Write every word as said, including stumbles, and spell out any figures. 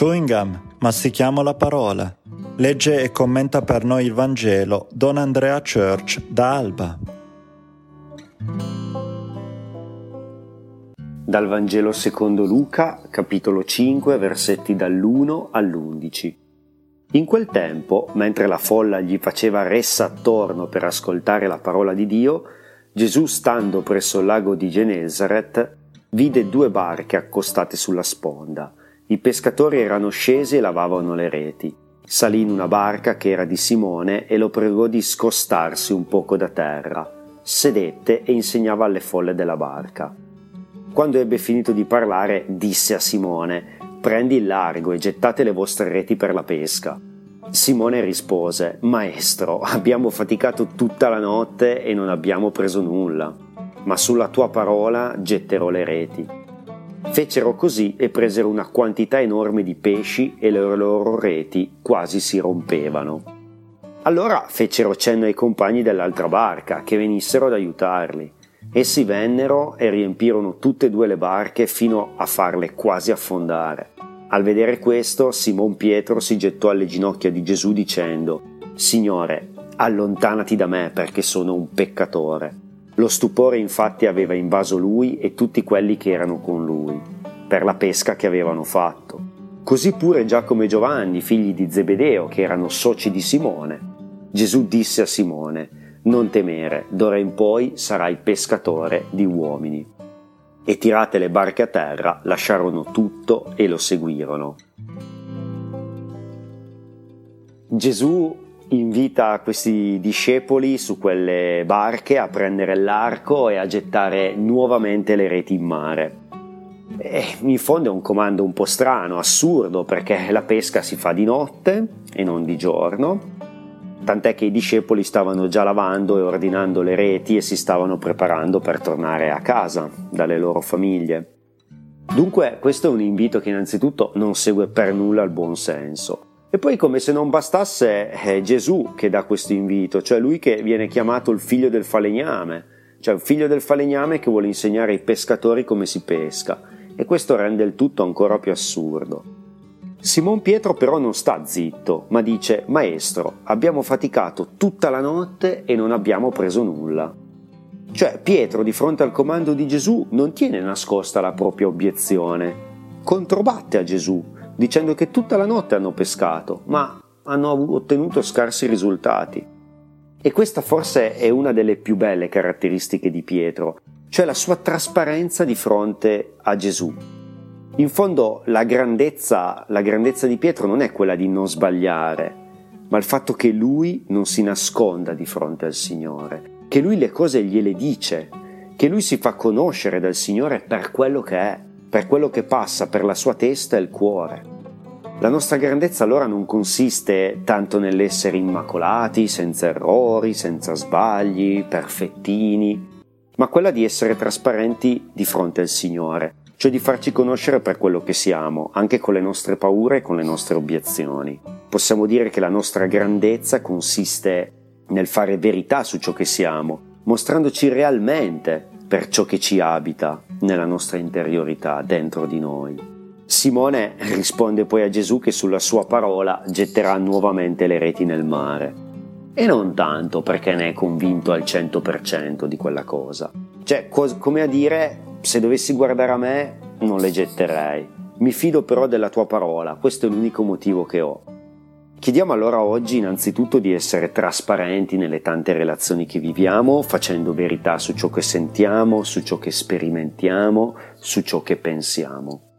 chewing gum, mastichiamo la parola. Legge e commenta per noi il Vangelo Don Andrea Church da Alba. Dal Vangelo secondo Luca, capitolo cinque, versetti dall'uno all'undici. In quel tempo, mentre la folla gli faceva ressa attorno per ascoltare la parola di Dio, Gesù, stando presso il lago di Genesaret, vide due barche accostate sulla sponda. I pescatori erano scesi e lavavano le reti. Salì in una barca che era di Simone e lo pregò di scostarsi un poco da terra. Sedette e insegnava alle folle della barca. Quando ebbe finito di parlare, disse a Simone: «Prendi il largo e gettate le vostre reti per la pesca». Simone rispose: «Maestro, abbiamo faticato tutta la notte e non abbiamo preso nulla, ma sulla tua parola getterò le reti». Fecero così e presero una quantità enorme di pesci e le loro reti quasi si rompevano. Allora fecero cenno ai compagni dell'altra barca che venissero ad aiutarli. Essi vennero e riempirono tutte e due le barche fino a farle quasi affondare. Al vedere questo, Simon Pietro si gettò alle ginocchia di Gesù dicendo: «Signore, allontanati da me perché sono un peccatore». Lo stupore infatti aveva invaso lui e tutti quelli che erano con lui, per la pesca che avevano fatto. Così pure Giacomo e Giovanni, figli di Zebedeo, che erano soci di Simone. Gesù disse a Simone: «Non temere, d'ora in poi sarai pescatore di uomini». E tirate le barche a terra, lasciarono tutto e lo seguirono. Gesù invita questi discepoli su quelle barche a prendere l'arco e a gettare nuovamente le reti in mare. E in fondo è un comando un po' strano, assurdo, perché la pesca si fa di notte e non di giorno, tant'è che i discepoli stavano già lavando e ordinando le reti e si stavano preparando per tornare a casa dalle loro famiglie. Dunque questo è un invito che innanzitutto non segue per nulla il buon senso. E poi, come se non bastasse, è Gesù che dà questo invito, cioè lui che viene chiamato il figlio del falegname, cioè un figlio del falegname che vuole insegnare ai pescatori come si pesca, e questo rende il tutto ancora più assurdo. Simon Pietro però non sta zitto, ma dice: «Maestro, abbiamo faticato tutta la notte e non abbiamo preso nulla». Cioè Pietro, di fronte al comando di Gesù, non tiene nascosta la propria obiezione, controbatte a Gesù, dicendo che tutta la notte hanno pescato, ma hanno ottenuto scarsi risultati. E questa forse è una delle più belle caratteristiche di Pietro, cioè la sua trasparenza di fronte a Gesù. In fondo la grandezza, la grandezza di Pietro non è quella di non sbagliare, ma il fatto che lui non si nasconda di fronte al Signore, che lui le cose gliele dice, che lui si fa conoscere dal Signore per quello che è, per quello che passa per la sua testa e il cuore. La nostra grandezza allora non consiste tanto nell'essere immacolati, senza errori, senza sbagli, perfettini, ma quella di essere trasparenti di fronte al Signore, cioè di farci conoscere per quello che siamo, anche con le nostre paure e con le nostre obiezioni. Possiamo dire che la nostra grandezza consiste nel fare verità su ciò che siamo, mostrandoci realmente per ciò che ci abita nella nostra interiorità, dentro di noi. Simone risponde poi a Gesù che sulla sua parola getterà nuovamente le reti nel mare. E non tanto perché ne è convinto al cento per cento di quella cosa. Cioè, cos- come a dire, se dovessi guardare a me, non le getterei. Mi fido però della tua parola, questo è l'unico motivo che ho. Chiediamo allora oggi innanzitutto di essere trasparenti nelle tante relazioni che viviamo, facendo verità su ciò che sentiamo, su ciò che sperimentiamo, su ciò che pensiamo.